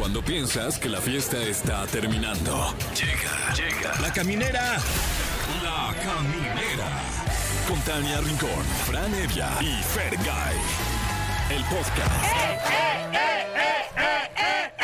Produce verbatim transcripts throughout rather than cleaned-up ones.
Cuando piensas que la fiesta está terminando. Llega, llega. La Caminera. La Caminera. Con Tania Rincón, Fran Evia y Fergay. El podcast. ¡Eh, eh, eh, eh, eh, eh,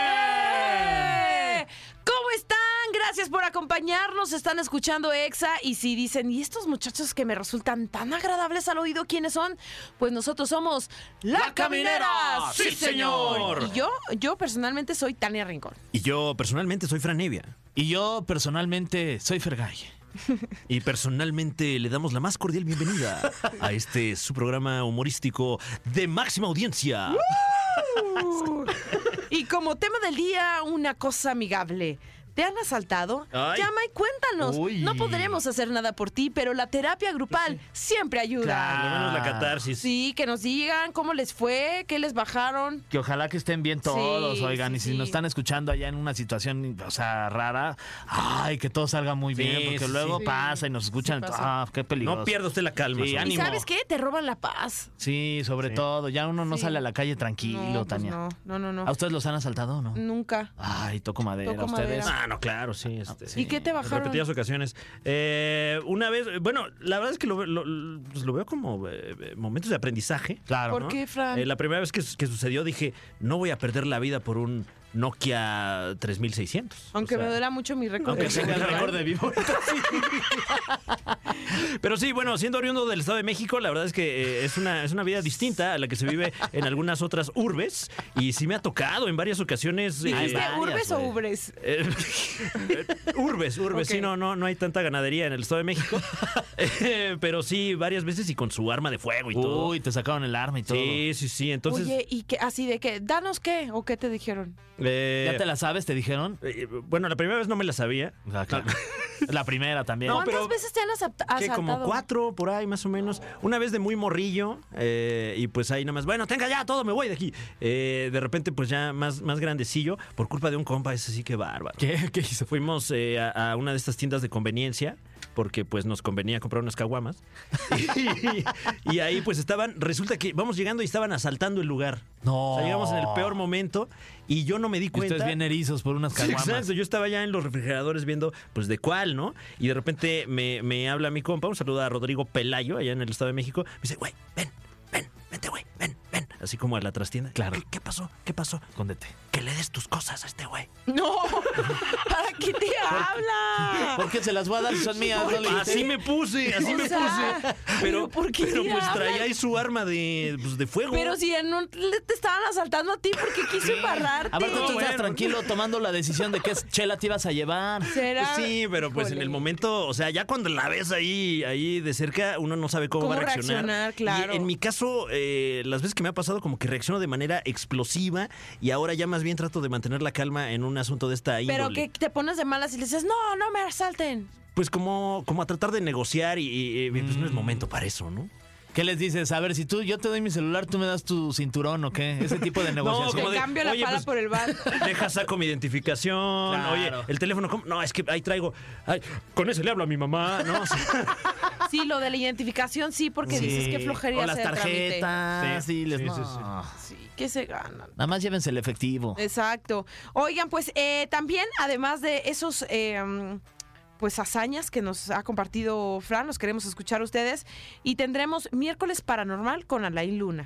eh! ¿Cómo están? Gracias por acompañarnos. Están escuchando Exa y si dicen, ¿y estos muchachos que me resultan tan agradables al oído quiénes son? Pues nosotros somos La, ¡La Caminera. Caminera! ¡Sí, señor! Y yo, yo personalmente soy Tania Rincón. Y yo personalmente soy Fran Evia. Y yo personalmente soy Fergay. Y personalmente le damos la más cordial bienvenida a este su programa humorístico de máxima audiencia. Uh, y como tema del día, una cosa amigable. ¿Te han asaltado? Ay. Llama y cuéntanos. Uy. No podremos hacer nada por ti, pero la terapia grupal siempre ayuda. Claro. Por lo menos la catarsis. Sí, que nos digan cómo les fue, qué les bajaron. Que ojalá que estén bien todos, Sí, oigan. sí, y si sí. nos están escuchando allá en una situación, o sea, rara, ay, que todo salga muy Sí, bien, porque sí, luego sí. pasa y nos escuchan. Sí pasa. Ah, qué peligroso. No pierda usted la calma. Sí, sobre ¿Y ánimo. sabes qué? Te roban la paz. Sí, sobre Sí. todo. Ya uno no Sí. sale a la calle tranquilo, no, pues Tania. no, no, no, no. ¿A ustedes los han asaltado o no? Nunca. Ay, toco madera. Toco ¿A ustedes? madera. Ah, no, claro, sí. Este, ¿Y qué te En bajaron? repetidas ocasiones. Eh, una vez, bueno, la verdad es que lo, lo- lo- pues lo veo como eh, momentos de aprendizaje. Claro. ¿Por ¿no? qué, Fran? Eh, la primera vez que, que sucedió dije, no voy a perder la vida por un Nokia tres mil seiscientos. Aunque O sea, me duela mucho mi récord. Aunque de tenga el seguridad. récord de vivo. Pero sí, bueno, siendo oriundo del Estado de México, la verdad es que eh, es, una, es una vida distinta a la que se vive en algunas otras urbes. Y sí me ha tocado en varias ocasiones. eh, ¿Dijiste varias, urbes o güey. ubres? Eh, urbes, urbes, Ok. sí, no, no, no hay tanta ganadería en el Estado de México. Eh, pero sí, varias veces y con su arma de fuego y todo. Uy, te sacaron el arma y todo. Sí, sí, sí. Entonces, Oye, ¿y qué? Así de que, danos qué, o qué te dijeron. eh, ¿Ya te la sabes? ¿Te dijeron? eh, bueno, la primera vez no me la sabía. Ah, claro. La primera también. No, ¿Cuántas pero- veces te han asap- Que asaltado? como cuatro por ahí más o menos. Una vez de muy morrillo eh, y pues ahí nada más, bueno, tenga ya todo, me voy de aquí. Eh, de repente pues ya más, más grandecillo por culpa de un compa, ese sí que bárbaro. ¿Qué? ¿Qué hizo? Fuimos eh, a, a una de estas tiendas de conveniencia porque pues nos convenía comprar unas caguamas. y, y ahí pues estaban, resulta que vamos llegando y estaban asaltando el lugar. No. O sea, llegamos en el peor momento y yo no me di Y cuenta. ustedes bien erizos por unas Sí, caguamas. exacto. Yo estaba ya en los refrigeradores viendo, pues, de cuál, ¿no? Y de repente me, me habla mi compa, un saludo a Rodrigo Pelayo, allá en el Estado de México. Me dice, güey, ven, ven, vente, güey, ven, ven. Así como a la trastienda. Claro. ¿Qué, qué pasó? ¿Qué pasó? Escóndete. Que le des tus cosas a este güey. No, ¿para qué te habla? ¿Por qué se las voy a dar si son mías? No le Así dijiste. me puse, así O me sea, puse. pero Pero, ¿por qué pero le pues hablan? traía ahí su arma de, pues, de fuego. Pero si en un- le- te estaban asaltando a ti porque quiso embarrarte. Aparte, tú No, estás bueno. tranquilo tomando la decisión de qué chela te ibas a llevar. ¿Será? Pues sí, pero pues en Híjole. el momento, o sea, ya cuando la ves ahí, ahí de cerca, uno no sabe cómo, ¿Cómo va a reaccionar. reaccionar? Claro. Y en mi caso, eh, las veces que me ha pasado, como que reacciono de manera explosiva y ahora ya más bien trato de mantener la calma en un asunto de esta índole. Pero que te pones de malas y le dices, no, no me asalten. Pues como, como a tratar de negociar y, y, y, pues no es momento para eso, ¿no? ¿Qué les dices? A ver, si tú yo te doy mi celular, tú me das tu cinturón o qué. Ese tipo de negociación. como Te de, cambio la oye, pala pues, por el bar. Deja, saco mi identificación. Claro. Oye, el teléfono, ¿cómo? No, es que ahí traigo. Ay, con ese le hablo a mi mamá, ¿no? O sea, Sí, lo de la identificación sí, porque Sí. dices que flojería O las hacer el trámite. tarjetas. Sí, Sí, les sí, no. sí, sí. Sí, que se ganan. Nada más llévense el efectivo. Exacto. Oigan, pues eh, también, además de esos eh, pues hazañas que nos ha compartido Fran, los queremos escuchar a ustedes. Y tendremos miércoles paranormal con Alain Luna.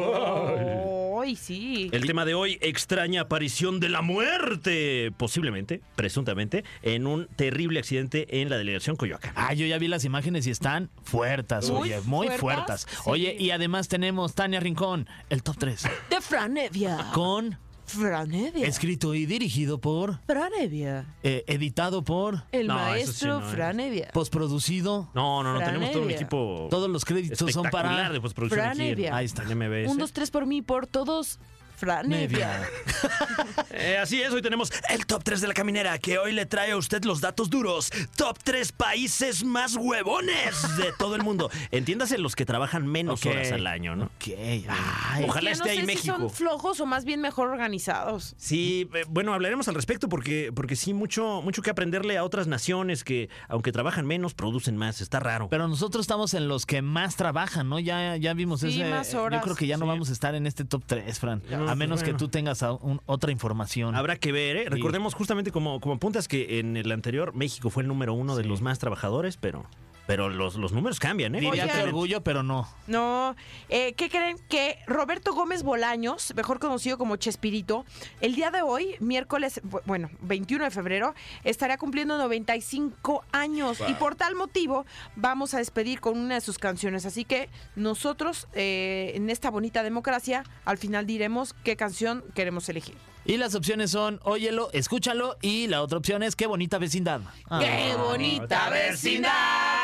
¡Ay, sí! El tema de hoy, extraña aparición de la muerte, posiblemente, presuntamente, en un terrible accidente en la delegación Coyoacán. Ah, yo ya vi las imágenes y están fuertes, Muy oye, muy fuertas, fuertes. sí. Oye, y además tenemos Tania Rincón, el top tres, De Fran Evia. con Fran Evia. escrito y dirigido por, Fran Evia. eh, editado por, El No, eso maestro sí no, Fran Evia. postproducido. No, no, no, Fran tenemos todo un Evia. equipo Todos los créditos son espectacular para de postproducción Fran aquí en- Evia. Ahí está. en M B S. Un, dos, tres por mí, por todos. Fran Evia. Nevia. Eh, así es, hoy tenemos el top tres de la caminera, que hoy le trae a usted los datos duros. Top tres países más huevones de todo el mundo. Entiéndase los que trabajan menos Ok. horas al año, ¿no? Ok. Ay, Ojalá Que esté no ahí sé México. Si son flojos o más bien mejor organizados. Sí, eh, bueno, hablaremos al respecto porque, porque sí, mucho, mucho que aprenderle a otras naciones que, aunque trabajan menos, producen más. Está raro. pero nosotros estamos en los que más trabajan, ¿no? Ya, ya vimos Sí, ese. más horas. Yo creo que ya no Sí. vamos a estar en este top tres, Fran. No, No, a menos pues que bueno. tú tengas a- un- otra información. Habrá que ver, ¿eh? Recordemos justamente como, como apuntas que en el anterior México fue el número uno de Sí. los más trabajadores, pero, pero los, los números cambian, ¿eh? Diría Oigan. que orgullo, pero no. No, eh, ¿qué creen? Que Roberto Gómez Bolaños, mejor conocido como Chespirito, el día de hoy, miércoles, bu- bueno, veintiuno de febrero, estará cumpliendo noventa y cinco años y por tal motivo vamos a despedir con una de sus canciones. Así que nosotros, eh, en esta bonita democracia, al final diremos qué canción queremos elegir. Y las opciones son óyelo, escúchalo y la otra opción es qué bonita vecindad. Ah. ¡Qué bonita vecindad!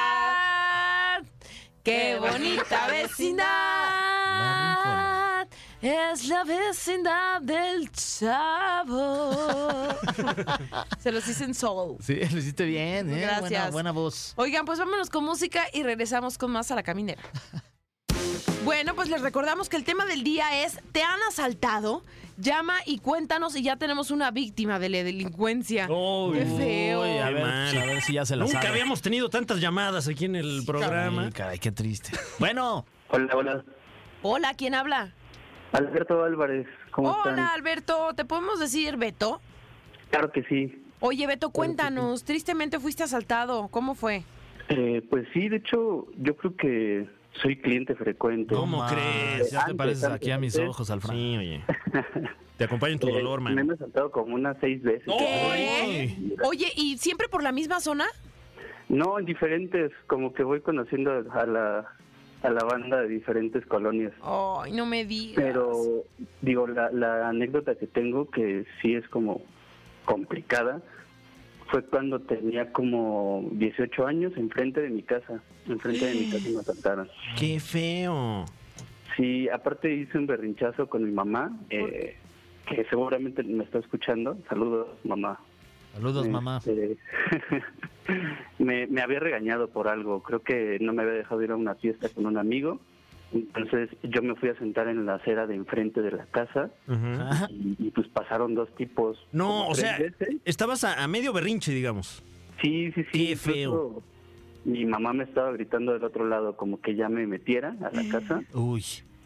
¡Qué bonita vecindad! Es la vecindad del chavo. Se los hice en soul. Sí, lo hiciste bien, ¿eh? Gracias. Buena, buena voz. Oigan, pues vámonos con música y regresamos con más a la caminera. Bueno, pues les recordamos que el tema del día es ¿te han asaltado? Llama y cuéntanos y ya tenemos una víctima de la delincuencia. Uy, ¡Qué feo! Uy, a Qué ver, mal. a ver si ya se la Nunca sabe. habíamos tenido tantas llamadas aquí en el programa. Ay, caray, qué triste. Bueno, Hola, hola. Hola, ¿quién habla? Alberto Álvarez, ¿cómo Hola, están? Alberto. ¿Te podemos decir Beto? Claro que sí. Oye, Beto, cuéntanos. Tristemente fuiste asaltado. ¿Cómo fue? Eh, pues sí, de hecho, yo creo que soy cliente frecuente. ¿Cómo más, crees? Ya te Antes, pareces antes, aquí a mis antes. ojos, Alfredo. Sí, oye. Te acompaño en tu Eh, dolor, man. Me han asaltado como unas seis veces. ¿Qué? Oye, ¿y siempre por la misma zona? No, en diferentes, como que voy conociendo a la, a la banda de diferentes colonias. Ay, no me digas. Pero, digo, la, la anécdota que tengo, que sí es como complicada, fue cuando tenía como dieciocho años, enfrente de mi casa. Enfrente de mi casa me asaltaron. Qué feo. Sí, aparte hice un berrinchazo con mi mamá, eh, que seguramente me está escuchando. Saludos, mamá. Saludos, mamá. Este, me, me había regañado por algo. Creo que no me había dejado ir a una fiesta con un amigo. Entonces yo me fui a sentar en la acera de enfrente de la casa Ujú. y, y pues pasaron dos tipos. No, como o tres sea, veces. estabas a, a medio berrinche, digamos. Sí, sí, sí. Qué feo. Incluso mi mamá me estaba gritando del otro lado como que ya me metiera a la casa. Uy.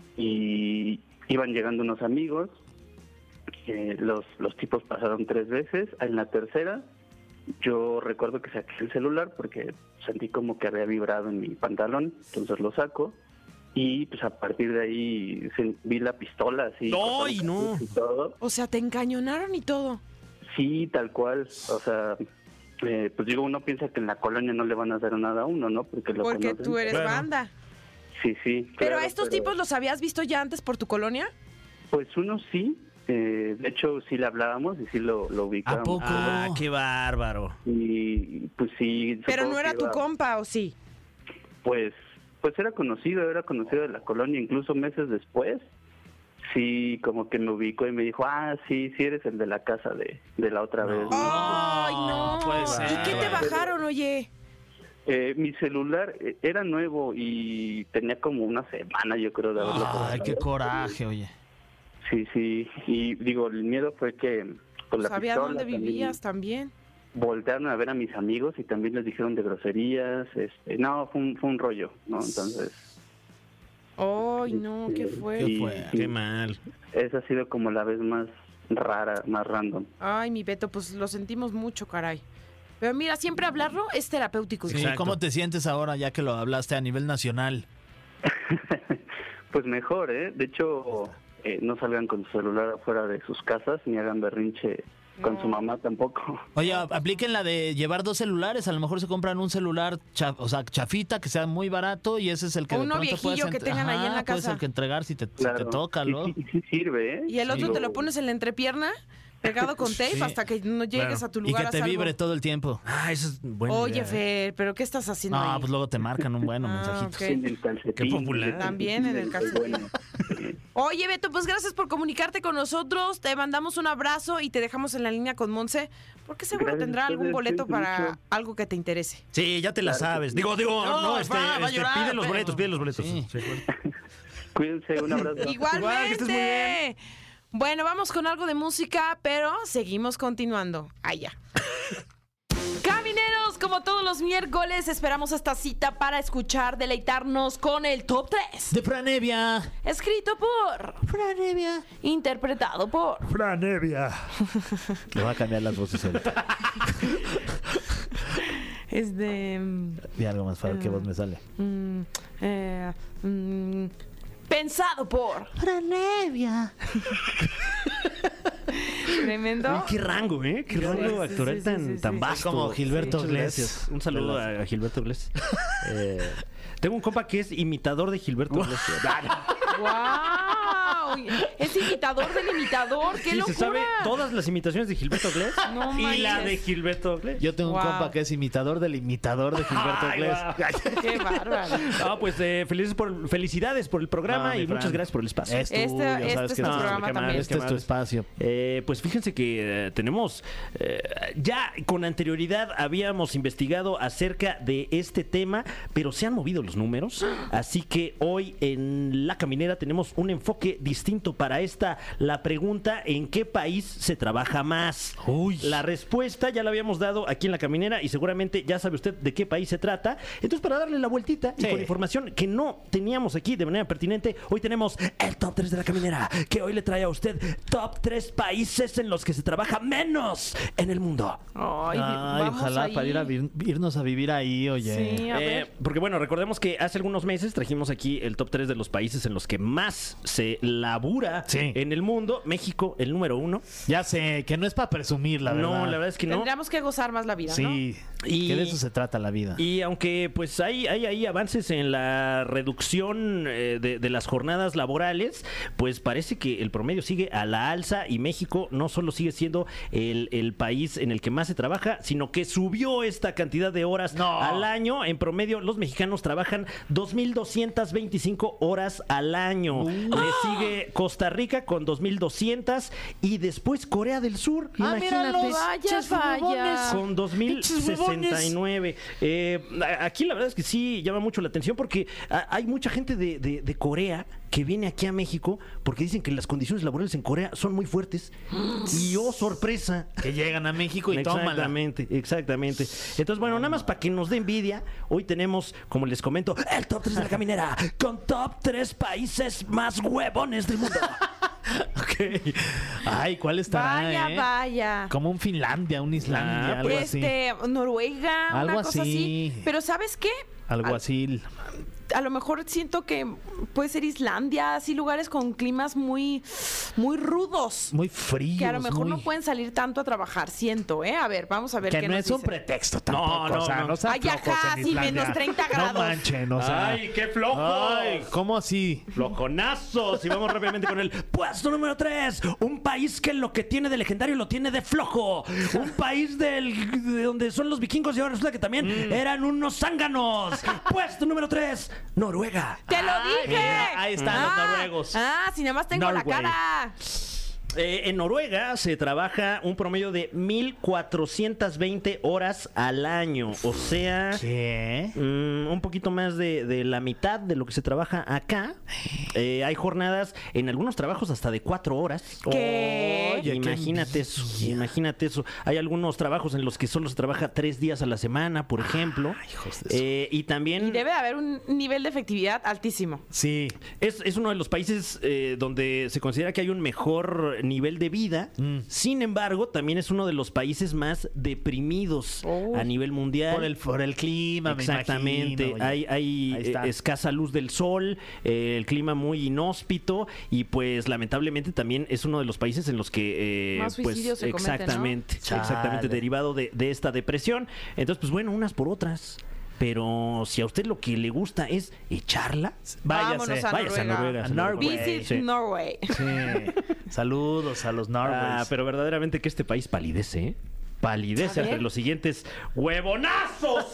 Y iban llegando unos amigos, eh, los, los tipos pasaron tres veces, en la tercera yo recuerdo que saqué el celular porque sentí como que había vibrado en mi pantalón, entonces lo saco y pues a partir de ahí se- vi la pistola así. ¡Ay, con no! y todo. O sea, te encañonaron y todo. Sí, tal cual, o sea, eh, pues digo, uno piensa que en la colonia no le van a hacer nada a uno, ¿no? Porque lo Porque conocen. tú eres Claro. banda. Sí, sí. Pero claro, a estos pero- tipos los habías visto ya antes por tu colonia. Pues uno sí, eh, de hecho sí le hablábamos y sí lo, lo ubicamos. ¿A poco? Ah, qué bárbaro. Y pues sí. Pero supongo no era que tu iba- compa, ¿o sí? Pues, pues era conocido, era conocido de la colonia, incluso meses después. Sí, como que me ubicó y me dijo, ah, sí, sí eres el de la casa de, de la otra vez. ¿no? ¡Ay, no! puede ser. ¿Y qué te bajaron, oye? Eh, mi celular eh, era nuevo y tenía como una semana, yo creo, de haberlo Ay, qué comprado. coraje, oye. Sí, sí, y digo, el miedo fue que con la Sabía pistola dónde también vivías también. voltearon a ver a mis amigos y también les dijeron de groserías, este, no, fue un, fue un rollo, ¿no? Entonces, ¡Ay, no! ¡Qué sí, fue! sí, fue? sí, Qué mal. esa ha sido como la vez más rara, más random. Ay, mi Beto, pues lo sentimos mucho, caray. Pero mira, siempre hablarlo es terapéutico. Sí, Exacto. ¿cómo te sientes ahora ya que lo hablaste a nivel nacional? Pues mejor, ¿eh? De hecho, eh, no salgan con su celular afuera de sus casas ni hagan berrinche con No. su mamá tampoco. Oye, a- apliquen la de llevar dos celulares. A lo mejor se compran un celular, cha- o sea, chafita, que sea muy barato y ese es el que O de uno pronto puedes viejillo que ent- tengan ahí en la puedes casa. el que entregar si te, si Claro. te toca, Sí, ¿no? sí, sí sirve, ¿eh? Y el otro Digo, te lo pones en la entrepierna, pegado con tape, Sí. hasta que no llegues Claro. a tu Y lugar. que haz te algo. vibre todo el tiempo. Ah, eso es bueno. Oye, Fer, ¿pero qué estás haciendo No, ahí? pues luego te marcan un bueno Ah, mensajito. ok. en el calcetín, Qué popular. el También en el calcetín, calcetín. bueno. Oye, Beto, pues gracias por comunicarte con nosotros. Te mandamos un abrazo y te dejamos en la línea con Monse, porque seguro Gracias a tendrá algún ustedes, boleto cuídense para mucho. algo que te interese. Sí, ya te la Claro que sabes. sí. Digo, digo, No, no, este, va, va a este, llorar, pide los pero- boletos, pide los boletos. Sí. Sí. Cuídense, un abrazo. Igualmente. que estés muy bien. Bueno, vamos con algo de música, pero seguimos continuando. Allá. Camineros, como todos los miércoles, esperamos esta cita para escuchar, deleitarnos con el top tres. De Franevia. Escrito por Franevia. Interpretado por Franevia. Le voy a cambiar las voces ahorita. Es de... Di algo más para qué voz me sale. mm, eh, mm, pensado por Franevia. Tremendo. Uy, qué rango, ¿eh? Qué rango Sí, sí, actoral sí, tan, sí, sí, tan sí. vasto. Como Gilberto Muchas Iglesias. gracias. Un saludo a, a Gilberto Iglesias. Eh, tengo un compa que es imitador de Gilberto Iglesias. ¡Wow! Es imitador del imitador. ¡Qué Sí, locura! se sabe todas las imitaciones de Gilberto Iglesias No y la manches. de Gilberto Iglesias. Yo tengo un Wow. compa que es imitador del imitador de Gilberto Ay, Iglesias. ¡Qué bárbaro! Ah, pues eh, felices por, felicidades por el programa No, mi y Fran. muchas gracias por el espacio. Es tuyo, Este- sabes este que es tu no, programa qué mal, también. Este es tu espacio. Eh, pues fíjense que eh, tenemos, eh, ya con anterioridad habíamos investigado acerca de este tema, pero se han movido los números, así que hoy en La Caminera tenemos un enfoque distinto para esta, la pregunta: ¿en qué país se trabaja más? Uy. La respuesta ya la habíamos dado aquí en La Caminera y seguramente ya sabe usted de qué país se trata. Entonces, para darle la vueltita Sí. y con información que no teníamos aquí de manera pertinente, hoy tenemos el top tres de La Caminera, que hoy le trae a usted top tres países en los que se trabaja menos en el mundo. Ay, Ay, vamos ojalá ahí. para ir a vi- irnos a vivir ahí, oye. Sí, a Eh, ver. porque bueno, recordemos que hace algunos meses trajimos aquí el top tres de los países en los que más se labura Sí. en el mundo. México, el número uno. Ya sé, que no es para presumir, la verdad. No, la verdad es que no. Tendríamos que gozar más la vida, ¿no? Sí, Y- que de eso se trata la vida. Y aunque pues hay, hay ahí avances en la reducción eh, de, de las jornadas laborales, pues parece que el promedio sigue a la alza y México no solo sigue siendo el, el país en el que más se trabaja, sino que subió esta cantidad de horas No. al año. En promedio, los mexicanos trabajan dos mil doscientas veinticinco horas al año. Le sigue Costa Rica con dos mil doscientas y después Corea del Sur. Ah, Imagínate. míralos. Vaya, Pinches vaya. huevones. Con dos mil sesenta y huevones. nueve. Eh, a- aquí la verdad es que sí llama mucho la atención porque a- hay mucha gente de, de- de Corea que viene aquí a México porque dicen que las condiciones laborales en Corea son muy fuertes. Y oh, sorpresa. Que llegan a México y tómala. Exactamente, exactamente. Entonces, bueno, nada más para que nos dé envidia, hoy tenemos, como les comento, el top tres de La Caminera, con top tres países más huevones del mundo. Ok. Ay, ¿cuál estará, Vaya, eh? vaya. Como un Finlandia, un Islandia, Ah, algo así. Este, Noruega, Algo una cosa así. así. Pero ¿sabes qué? Algo Al- así. A lo mejor siento que puede ser Islandia, así lugares con climas muy, muy rudos. Muy frío. Que a lo mejor no pueden salir tanto a trabajar, siento, ¿eh? A ver, vamos a ver Que qué no nos es un dice. pretexto tampoco. no, o sea, no. no, sean Ay, flojos ajá, en sí, Islandia. menos treinta grados. No manchen, o sea. ¡Ay, qué flojo! Ay, ¿cómo así? Flojonazos. Y vamos rápidamente con el puesto número tres. Un país que lo que tiene de legendario lo tiene de flojo. Un país del, de donde son los vikingos y ahora resulta que también eran unos zánganos. Puesto número tres. Noruega. ¡Te lo dije! mira, ahí están los Ah, noruegos. Ah, si nada más tengo Norway. la cara. Eh, en Noruega se trabaja un promedio de mil cuatrocientas veinte horas al año. O sea, ¿Qué? mm, un poquito más de, de la mitad de lo que se trabaja acá. Eh, hay jornadas en algunos trabajos hasta de cuatro horas. ¿Qué? Oye, qué imagínate eso, envidia. imagínate eso. Hay algunos trabajos en los que solo se trabaja tres días a la semana, por ejemplo. hijos de su- Eh, y también Y debe de haber un nivel de efectividad altísimo. Sí. es, es uno de los países eh, donde se considera que hay un mejor nivel de vida. Mm. Sin embargo, también es uno de los países más deprimidos Oh. a nivel mundial. Por el, por el clima, me Exactamente, imagino, oye. hay, hay, Ahí está. eh, escasa luz del sol, eh, el clima muy inhóspito y pues lamentablemente también es uno de los países en los que eh, Más pues suicidios se cometen, ¿no? exactamente, Chale. exactamente derivado de, de esta depresión. Entonces pues bueno, unas por otras. Pero si a usted lo que le gusta es echarla, Vámonos Váyase. a váyase a Noruega. Noruega. A se lo Norway. recomiendo. Visit Sí. Norway. Sí. Saludos a los Norways. Ah, pero verdaderamente que este país palidece, ¿eh? Palidece A ver. ante los siguientes huevonazos.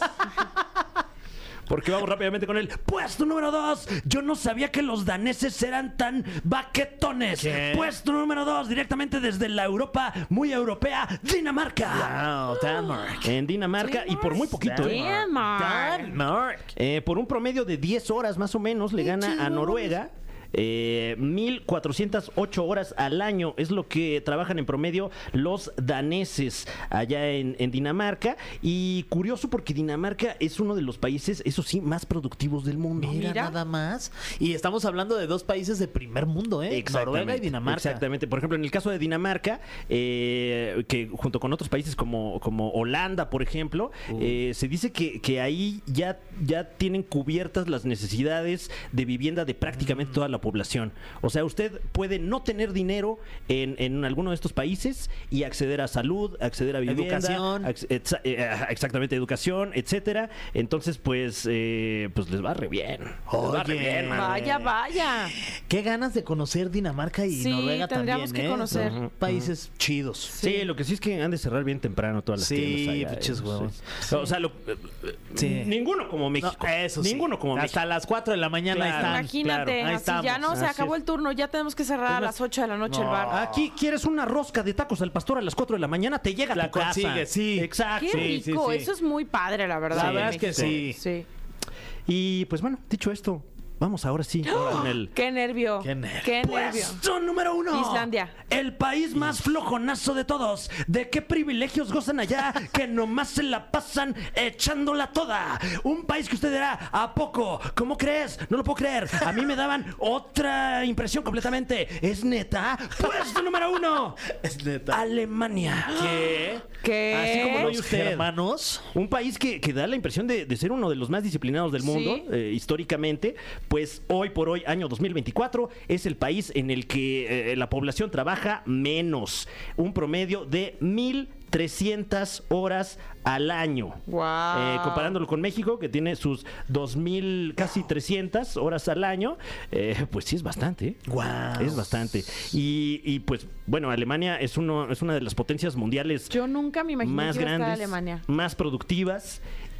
Porque vamos rápidamente con el puesto número dos. Yo no sabía que los daneses eran tan baquetones. ¿Qué? Puesto número dos, directamente desde la Europa muy europea, Dinamarca. Wow, Denmark. En Dinamarca y por muy poquito, ¿eh? Denmark. Denmark. Eh, por un promedio de diez horas más o menos le gana a Noruega. Eh, mil cuatrocientas ocho horas al año es lo que trabajan en promedio los daneses allá en, en Dinamarca. Y curioso porque Dinamarca es uno de los países, eso sí, más productivos del mundo. Mira, Mira. nada más. Y estamos hablando de dos países de primer mundo, ¿eh? Noruega y Dinamarca. Exactamente. Por ejemplo, en el caso de Dinamarca, eh, que junto con otros países como, como Holanda, por ejemplo, uh. eh, se dice que, que ahí ya, ya tienen cubiertas las necesidades de vivienda de prácticamente mm. toda la población. O sea, usted puede no tener dinero en, en alguno de estos países y acceder a salud, acceder a vivienda. Educación. Ex, ex, exactamente, educación, etcétera. Entonces, pues, eh, pues les va re bien. Oye, les va re bien, man. Vaya, vaya. Qué ganas de conocer Dinamarca y Sí, Noruega tendríamos también, que ¿eh? conocer. Son países chidos. Sí. sí, lo que sí es que han de cerrar bien temprano todas las Sí, tiendas allá. pinches eso, huevos. sí. O sea, lo, Sí. ninguno como México. No, eso sí. Ninguno como Hasta México. las cuatro de la mañana Claro. están. Imagínate, Claro, ahí así ya estamos. no, se Así acabó es. el turno, ya tenemos que cerrar a las ocho de la noche el bar. Aquí quieres una rosca de tacos al pastor a las cuatro de la mañana, te llega a La tu casa. consigues, sí. Exacto. Qué Sí, sí, rico, sí. eso es muy padre, la verdad. La de verdad es que México. sí. Sí. Y pues bueno, dicho esto, vamos ahora sí con el Qué nervio. Qué nervio. Qué nervio. puesto número uno. Islandia. El país más flojonazo de todos. ¿De qué privilegios gozan allá que nomás se la pasan echándola toda? Un país que usted dirá, ¿a poco? ¿Cómo crees? No lo puedo creer. A mí me daban otra impresión completamente. ¿Es neta? Puesto número uno. Es neta. Alemania. ¿Qué? ¿Qué? Así como lo oye Los usted. hermanos. Un país que, que da la impresión de, de ser uno de los más disciplinados del mundo, Sí. eh, históricamente, pues hoy por hoy, año dos mil veinticuatro, es el país en el que eh, la población trabaja menos. Un promedio de mil trescientas horas al año. Wow. Eh, comparándolo con México, que tiene sus dos mil, casi trescientas horas al año, eh, pues sí es bastante. ¿eh? Guau. Es bastante. Y, y, pues, bueno, Alemania es, uno, es una de las potencias mundiales Yo nunca me imaginé más que iba a estar grandes, Alemania. más productivas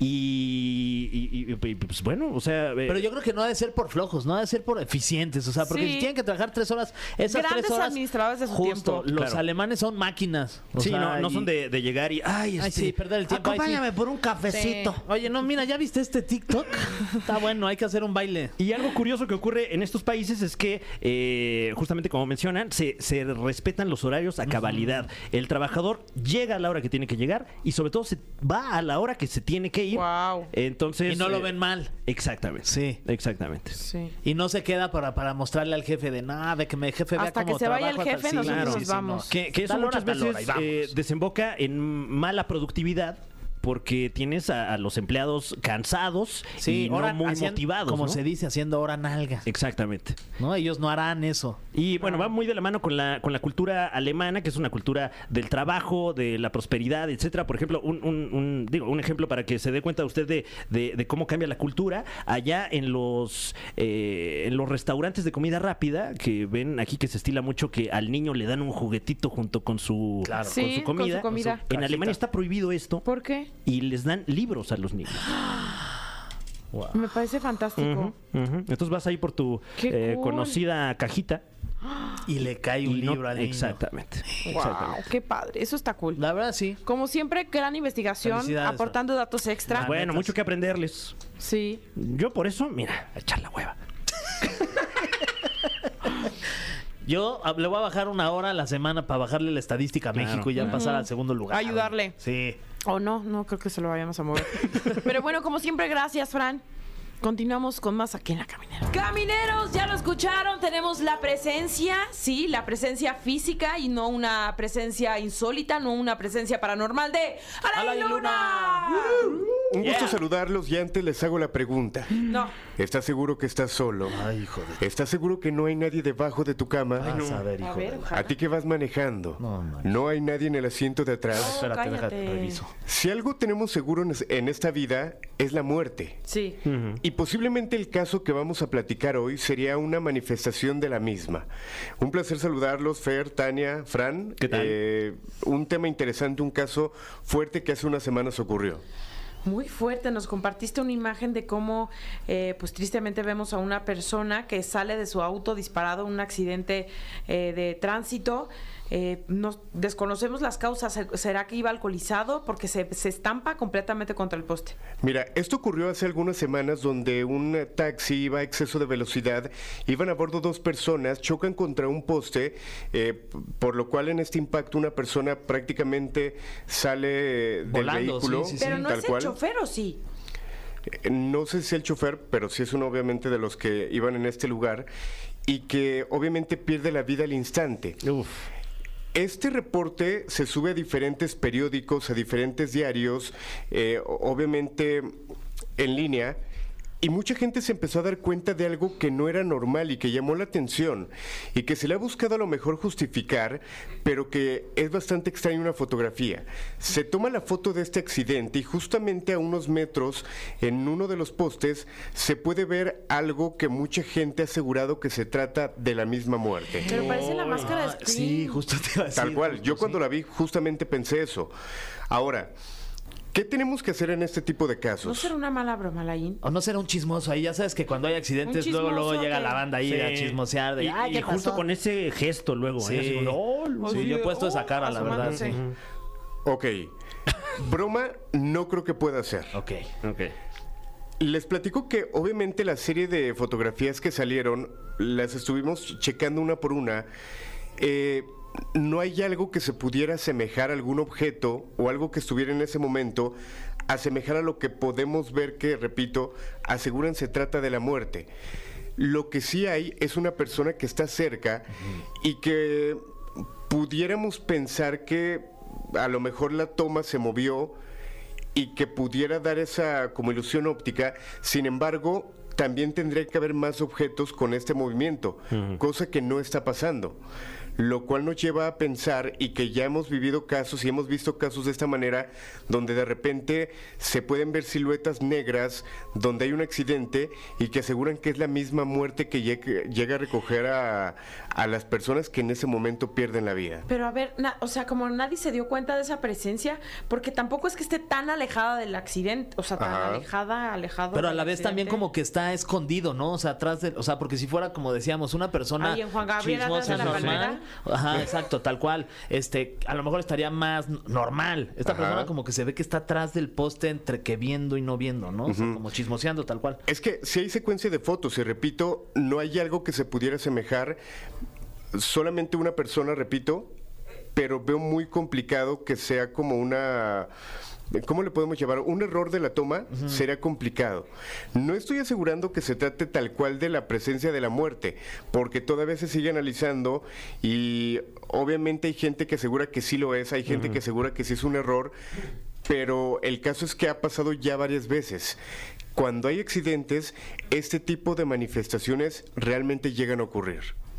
y, y- y- y, pues bueno, o sea, eh, Pero yo creo que no ha de ser por flojos, no ha de ser por eficientes. O sea, porque Sí. si tienen que trabajar tres horas, esas Grandes tres horas. administradores de su justo, tiempo. los Claro. alemanes son máquinas. O sí, sea, no, no y- son de, de llegar y ay, Ay, este, sí, perder el tiempo. Ay, sí. acompáñame por un cafecito. Oye, no, mira, ¿ya viste este TikTok? Está bueno, hay que hacer un baile. Y algo curioso que ocurre en estos países es que, eh, justamente como mencionan, se, se respetan los horarios a cabalidad. El trabajador llega a la hora que tiene que llegar y sobre todo se va a la hora que se tiene que ir. Wow. Entonces, Y no lo eh, ven mal. Exactamente. Sí. Exactamente. Sí. Y no se queda para, para mostrarle al jefe de nada, de que mi jefe vea Hasta cómo que se vaya el trabajo, jefe, tal- sí, nosotros claro. nos vamos. Que, que eso Tal hora, muchas tal hora, veces y vamos. eh, desemboca en mala productividad porque tienes a, a los empleados cansados Sí, y no hora- muy hacían- motivados. Como ¿no? se dice, haciendo hora nalga. Exactamente. ¿No? Ellos no harán eso. Y bueno, va muy de la mano con la, con la cultura alemana, que es una cultura del trabajo, de la prosperidad, etcétera. Por ejemplo, un, un- un- digo, un ejemplo para que se dé cuenta usted de, de- de cómo cambia la cultura. Allá en los, eh, en los restaurantes de comida rápida, que ven aquí que se estila mucho que al niño le dan un juguetito junto con su, Claro. con Sí, su con su comida. comida. En cajita. Alemania está prohibido esto ¿Por qué? y les dan libros a los niños. Wow. Me parece fantástico. Ujú, ujú. Entonces vas ahí por tu Qué eh, cool. conocida cajita. Y le cae un y no- libro al niño. Exactamente. Wow, Exactamente. qué padre. Eso está cool. La verdad, sí. Como siempre, gran investigación, Felicidades, aportando datos extra. La Bueno, neta, mucho sí. que aprenderles. Sí. Yo por eso, mira, a echar la hueva. Yo ah, le voy a bajar una hora a la semana para bajarle la estadística a Claro. México y ya pasar al segundo lugar. Ayudarle. Sí. O no, no creo que se lo vayamos a mover. Pero bueno, como siempre, gracias, Fran. Continuamos con más aquí en La Caminera. Camineros, ya lo escucharon, tenemos la presencia, sí, la presencia física y no una presencia insólita, no una presencia paranormal de Alain Alain Luna. Un gusto saludarlos y antes les hago la pregunta. No, ¿Estás seguro que estás solo? Ay, hijo de... ¿Estás seguro que no hay nadie debajo de tu cama? Vas a ver, hijo a ver, de... ojalá. ¿A ti que vas manejando? No, no. ¿No hay nadie en el asiento de atrás? No, Espérate, cállate. déjate, reviso. Si algo tenemos seguro en es- en esta vida es la muerte. Sí. Y posiblemente el caso que vamos a platicar hoy sería una manifestación de la misma. Un placer saludarlos, Fer, Tania, Fran. ¿Qué tal? Eh, un tema interesante, un caso fuerte que hace unas semanas ocurrió. Muy fuerte, nos compartiste una imagen de cómo, eh, pues tristemente vemos a una persona que sale de su auto disparado en un accidente eh, de tránsito. Eh, no, desconocemos las causas. ¿Será que iba alcoholizado? Porque se, se estampa completamente contra el poste. Mira, esto ocurrió hace algunas semanas donde un taxi iba a exceso de velocidad, iban a bordo dos personas, chocan contra un poste, eh, por lo cual en este impacto una persona prácticamente sale del Volando, vehículo. sí, sí, sí. Pero no tal es el cual. chofer, ¿o sí? Eh, No sé si el chofer, pero sí es uno obviamente de los que iban en este lugar y que obviamente pierde la vida al instante. Uf. Este reporte se sube a diferentes periódicos, a diferentes diarios, eh, obviamente en línea, y mucha gente se empezó a dar cuenta de algo que no era normal y que llamó la atención y que se le ha buscado a lo mejor justificar, pero que es bastante extraña una fotografía. Se toma la foto de este accidente y justamente a unos metros, en uno de los postes, se puede ver algo que mucha gente ha asegurado que se trata de la misma muerte. Pero parece la máscara de Scream. Sí, justo te iba a decir. Tal cual. justo, Yo cuando sí. la vi justamente pensé eso. Ahora, ¿qué tenemos que hacer en este tipo de ¿No casos? será una mala broma, Laín? O no será un chismoso ahí, ya sabes que cuando hay accidentes, Un luego luego chismoso llega que- la banda ahí Sí. a chismosear de, Y, ay, y ¿qué justo pasó? con ese gesto luego, Sí. ¿eh? Así como, "Oh, lo- Sí, yo he puesto esa cara, la verdad. asomándose. Sí. Ok. Broma no creo que pueda ser. Ok. Ok. Les platico que obviamente la serie de fotografías que salieron, las estuvimos checando una por una. Eh, no hay algo que se pudiera asemejar a algún objeto o algo que estuviera en ese momento, asemejar a lo que podemos ver que, repito, aseguran se trata de la muerte. Lo que sí hay es una persona que está cerca y que pudiéramos pensar que a lo mejor la toma se movió y que pudiera dar esa como ilusión óptica. Sin embargo, también tendría que haber más objetos con este movimiento, cosa que no está pasando. Lo cual nos lleva a pensar, y que ya hemos vivido casos y hemos visto casos de esta manera, donde de repente se pueden ver siluetas negras, donde hay un accidente y que aseguran que es la misma muerte que llega, llega a recoger a, a las personas que en ese momento pierden la vida. Pero a ver, na- o sea, como nadie se dio cuenta de esa presencia, porque tampoco es que esté tan alejada del accidente, o sea, tan Ajá. alejada, alejado. Pero a del la vez también accidente. como que está escondido, ¿no? O sea, atrás de, o sea, porque si fuera como decíamos, una persona Ahí en Juan Gabriel, atrás chismosa, de la normal, palmera. ajá, exacto, tal cual. Este, a lo mejor estaría más n- normal. Esta Ajá. persona como que se ve que está atrás del poste entre que viendo y no viendo, ¿no? O sea, como chismoseando tal cual. Es que si hay secuencia de fotos, y repito, no hay algo que se pudiera asemejar, solamente una persona, repito, pero veo muy complicado que sea como una... ¿Cómo le podemos llamar? Un error de la toma será complicado. No estoy asegurando que se trate tal cual de la presencia de la muerte, porque todavía se sigue analizando y obviamente hay gente que asegura que sí lo es, hay gente que asegura que sí es un error, pero el caso es que ha pasado ya varias veces. Cuando hay accidentes, este tipo de manifestaciones realmente llegan a ocurrir.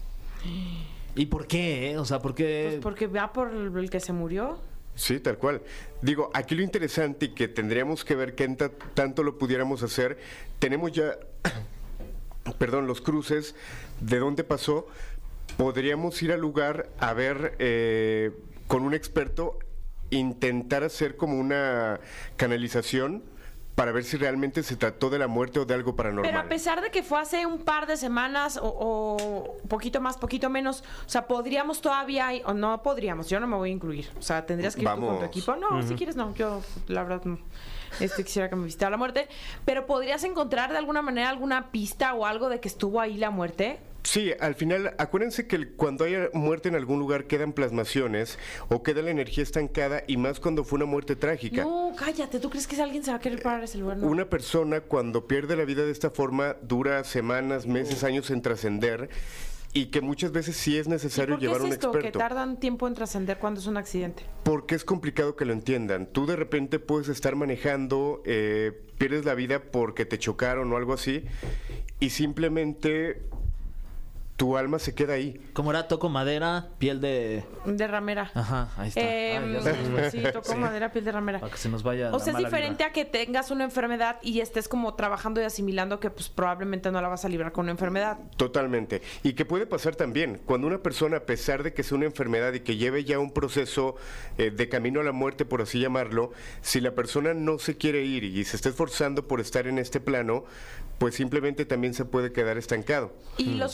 ¿Y por qué? eh? O sea, ¿por qué? Pues porque va por el el que se murió. Sí, tal cual. Digo, aquí lo interesante y que tendríamos que ver qué ta- tanto lo pudiéramos hacer, tenemos ya, perdón, los cruces de dónde pasó. Podríamos ir al lugar a ver eh, con un experto, intentar hacer como una canalización para ver si realmente se trató de la muerte o de algo paranormal. Pero a pesar de que fue hace un par de semanas o, o poquito más, poquito menos, o sea, podríamos todavía, o no podríamos, yo no me voy a incluir. O sea, tendrías que ir tú con tu Vamos. equipo. No, si quieres no, yo la verdad no. Este, quisiera que me visitara la muerte. Pero podrías encontrar de alguna manera alguna pista o algo de que estuvo ahí la muerte. Sí, al final, acuérdense que el- cuando hay muerte en algún lugar quedan plasmaciones o queda la energía estancada, y más cuando fue una muerte trágica. No, cállate, ¿tú crees que alguien se va a querer parar a ese lugar? No. Una persona cuando pierde la vida de esta forma dura semanas, meses, años en trascender, y que muchas veces sí es ¿Y necesario por qué llevar es un esto? experto. Que tardan tiempo en trascender cuando es un accidente. Porque es complicado que lo entiendan. Tú de repente puedes estar manejando, eh, pierdes la vida porque te chocaron o algo así, y simplemente tu alma se queda ahí. Como era toco madera, piel de... De ramera. Ajá, ahí está. Eh, Ay, ya se nos fue. sí, tocó madera, piel de ramera. Para que se nos vaya O la sea, es mala diferente vibra. a que tengas una enfermedad y estés como trabajando y asimilando que pues probablemente no la vas a librar con una enfermedad. Totalmente. Y que puede pasar también, cuando una persona, a pesar de que sea una enfermedad y que lleve ya un proceso eh, de camino a la muerte, por así llamarlo, si la persona no se quiere ir y se está esforzando por estar en este plano, pues simplemente también se puede quedar estancado. Y los familiares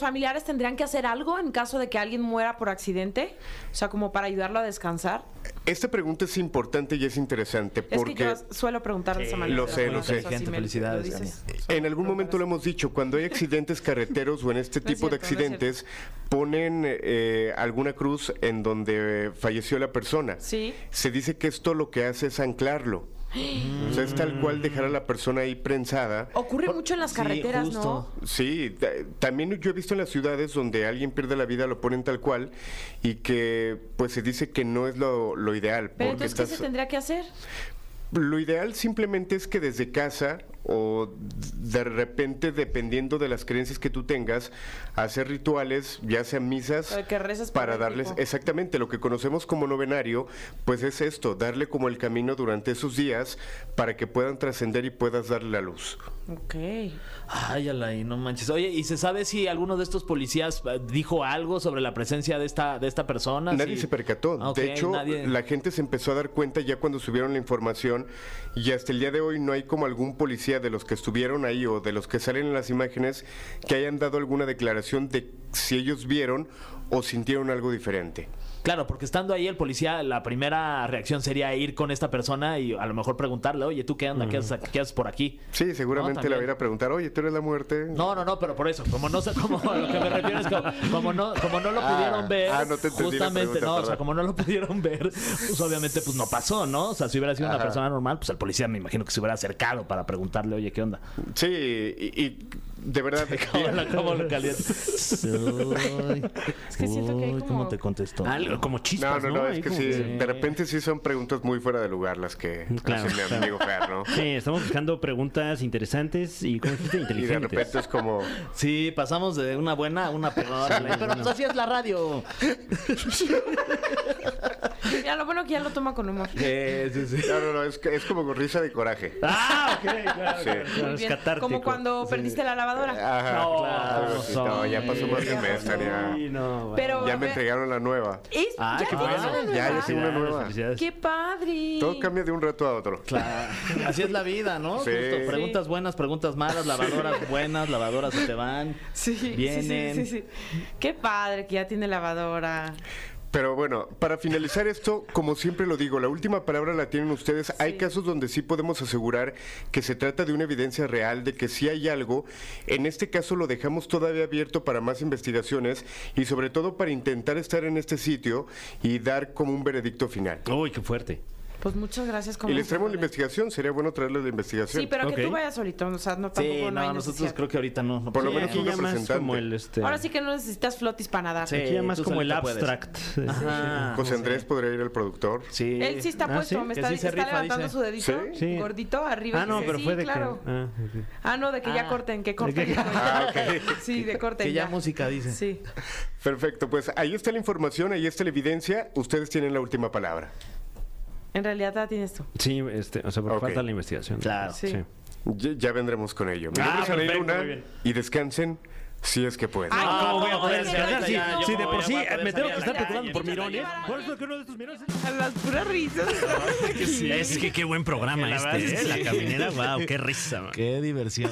tendrían que hacer algo en caso de que alguien muera por accidente? O sea, como para ayudarlo a descansar. Esta pregunta es importante y es interesante porque... Es que yo suelo preguntar de esa manera. Lo sé, lo sé. Entonces, así me- Felicidades, lo dices. En algún momento lo hemos dicho, cuando hay accidentes carreteros o en este No es tipo de cierto, no es accidentes, ponen eh, alguna cruz en donde falleció la persona. Sí. Se dice que esto lo que hace es anclarlo. O sea, es tal cual dejar a la persona ahí prensada. Ocurre mucho en las Sí, carreteras, justo. ¿no? Sí, ta- también yo he visto en las ciudades donde alguien pierde la vida, lo ponen tal cual y que pues se dice que no es lo, lo ideal. Pero porque entonces, ¿qué estás- se tendría que hacer? Lo ideal simplemente es que desde casa o de repente, dependiendo de las creencias que tú tengas, hacer rituales, ya sean misas, O que reces por para el darles tipo. exactamente lo que conocemos como novenario, pues es esto, darle como el camino durante esos días para que puedan trascender y puedas darle la luz. Ok. Ay, Alain, no manches. Oye, ¿y se sabe si alguno de estos policías eh, dijo algo sobre la presencia de esta, de esta persona? Nadie Si- se percató. Ah, ok, de hecho, nadie- la gente se empezó a dar cuenta ya cuando subieron la información y hasta el día de hoy no hay como algún policía de los que estuvieron ahí o de los que salen en las imágenes que hayan dado alguna declaración de si ellos vieron o sintieron algo diferente. Claro, porque estando ahí el policía, la primera reacción sería ir con esta persona y a lo mejor preguntarle, oye, ¿tú qué onda? ¿Qué haces, qué haces por aquí? Sí, seguramente No, le también. van a preguntar, oye, ¿tú eres la muerte? No, no, no, pero por eso, como no sé, como a lo que me refiero es como, como no, como no lo Ah, pudieron ver, ah, no te entendí la justamente, pregunta, no, o sea, perdón. como no lo pudieron ver, pues obviamente pues no pasó, ¿no? O sea, si hubiera sido una Ajá. persona normal, pues el policía me imagino que se hubiera acercado para preguntarle, oye, ¿qué onda? Sí, y, y de verdad... ¿Cómo lo, cómo lo calienta? Es que siento que hay como- ¿Cómo te contestó? Algo como No, chispas, no, ¿no? no, Ahí es que como sí, que- de repente sí son preguntas muy fuera de lugar las que Claro, hace mi claro. amigo Fer, ¿no? Sí, estamos buscando preguntas interesantes y, ¿cómo dijiste? Y de Inteligentes. repente es como... Sí, pasamos de una buena a una peor. Alain, pero pues así es la radio. Ya, lo bueno que ya lo toma con humor. Sí, sí, sí. No, no, no, es, que- es como con risa de coraje. Ah, ok, claro. Sí. claro, Muy es bien. catártico. Como cuando perdiste la lavadora. Ajá, No, claro, algo así. No, ya pasó más de un mes, Tania. Sí, no, Pero, Ya a me ver, entregaron la nueva. es- Ah, ya qué tienes bueno. una Ya, ya nueva. tengo una Felicidades, nueva. felicidades. ¡Qué padre! Todo cambia de un rato a otro. Claro. Así es la vida, ¿no? Sí. Justo, preguntas buenas, preguntas malas, lavadoras buenas, lavadoras se te van. Sí, sí, Vienen. sí, sí, sí. Qué padre que ya tiene lavadora. Pero bueno, para finalizar esto, como siempre lo digo, la última palabra la tienen ustedes. Hay casos donde sí podemos asegurar que se trata de una evidencia real, de que sí hay algo. En este caso lo dejamos todavía abierto para más investigaciones y sobre todo para intentar estar en este sitio y dar como un veredicto final. Uy, qué fuerte. Pues muchas gracias. Y como les traemos la siempre. investigación, sería bueno traerles la investigación. Sí, pero que Ok. tú vayas solito, o sea, no tampoco Sí, no, no, hay nosotros necesidad. creo que ahorita no. no Por lo Sí, menos aquí un ya más representante. como el este. Ahora sí que no necesitas flotis para nadar. Sí. Aquí ya más tú como el solito puedes. abstract. Sí, Ajá. José Andrés podría ir al productor. Sí. Él sí está Ah, puesto, ¿sí? me Que está, sí se está rifa, levantando dice. su dedito Sí. Sí. gordito arriba. Ah, no, dice, pero sí, fue de claro. que. Ah, ok. Ah, no, de que ya Ah. corten, que corten. que- Ah, ok. Sí, de corten. Que ya música dice. Sí. Perfecto, pues ahí está la información, ahí está la evidencia. Ustedes tienen la última palabra. En realidad la tienes tú. Sí, este, o sea, porque Ok. falta la investigación. Claro. Sí. Ya, ya vendremos con ello. Mi Ah, nombre es Alain perfecto, Luna muy bien. y descansen si es que pueden. Ay, ¿Cómo voy a no, poder no, descansar? no, Si, ya, yo si de voy por a sí poder me tengo salir que a estar la preocupando calle, por yo quiero mirones. llevar a- ¿Cuál es lo que uno de estos mirones? A las puras risas. Es que qué buen programa La verdad este, es ¿eh? que La sí. caminera, wow, qué risa. man. Qué diversión.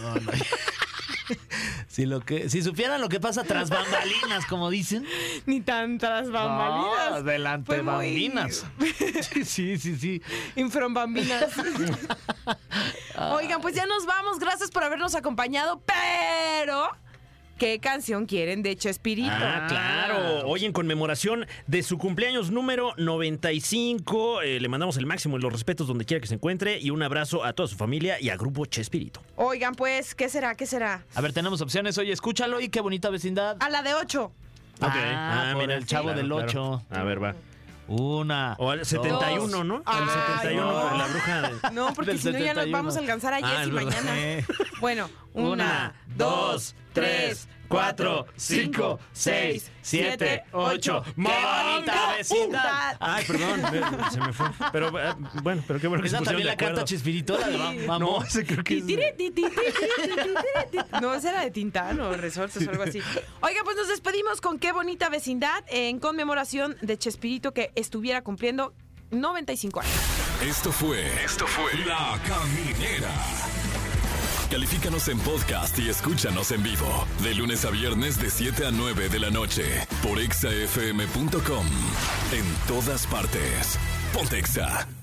Si lo que, si supieran lo que pasa tras bambalinas, como dicen. Ni tantas bambalinas. No, delante Fue muy- bambinas. Sí, sí, sí. Infron bambinas. Oigan, pues ya nos vamos. Gracias por habernos acompañado. Pero, ¿qué canción quieren de Chespirito? Ah, claro. Hoy en conmemoración de su cumpleaños número noventa y cinco, eh, le mandamos el máximo de los respetos donde quiera que se encuentre y un abrazo a toda su familia y a Grupo Chespirito. Oigan, pues, ¿qué será? ¿Qué será? A ver, tenemos opciones. Oye, escúchalo y qué bonita vecindad. A la de ocho. Ah, por el Chavo del Ocho. A ver, va. Una. O al setenta y uno, Dos. ¿no? Ay, el setenta y uno no. con la bruja de... No, porque Del si no ya nos setenta y uno. vamos a alcanzar a Ah, Jessy es verdad. mañana. Eh. Bueno, una, dos, tres, cuatro, cinco, seis, siete, ocho. ¡Qué bonita vecindad! Ay, perdón, me- se me fue. Pero eh, bueno, pero qué bueno que se Esa pusieron también de la acuerdo. carta Chespiritola de Vam- Vamos. No, ese creo que es... Titiri, titiri, titiri, titiri. No, esa era de Tintán o Resortes o algo así. Oiga, pues nos despedimos con Qué bonita vecindad en conmemoración de Chespirito que estuviera cumpliendo noventa y cinco años. Esto fue. Esto fue La Caminera. Califícanos en podcast y escúchanos en vivo. De lunes a viernes de siete a nueve de la noche. Por exa f m punto com. En todas partes. Ponte Exa.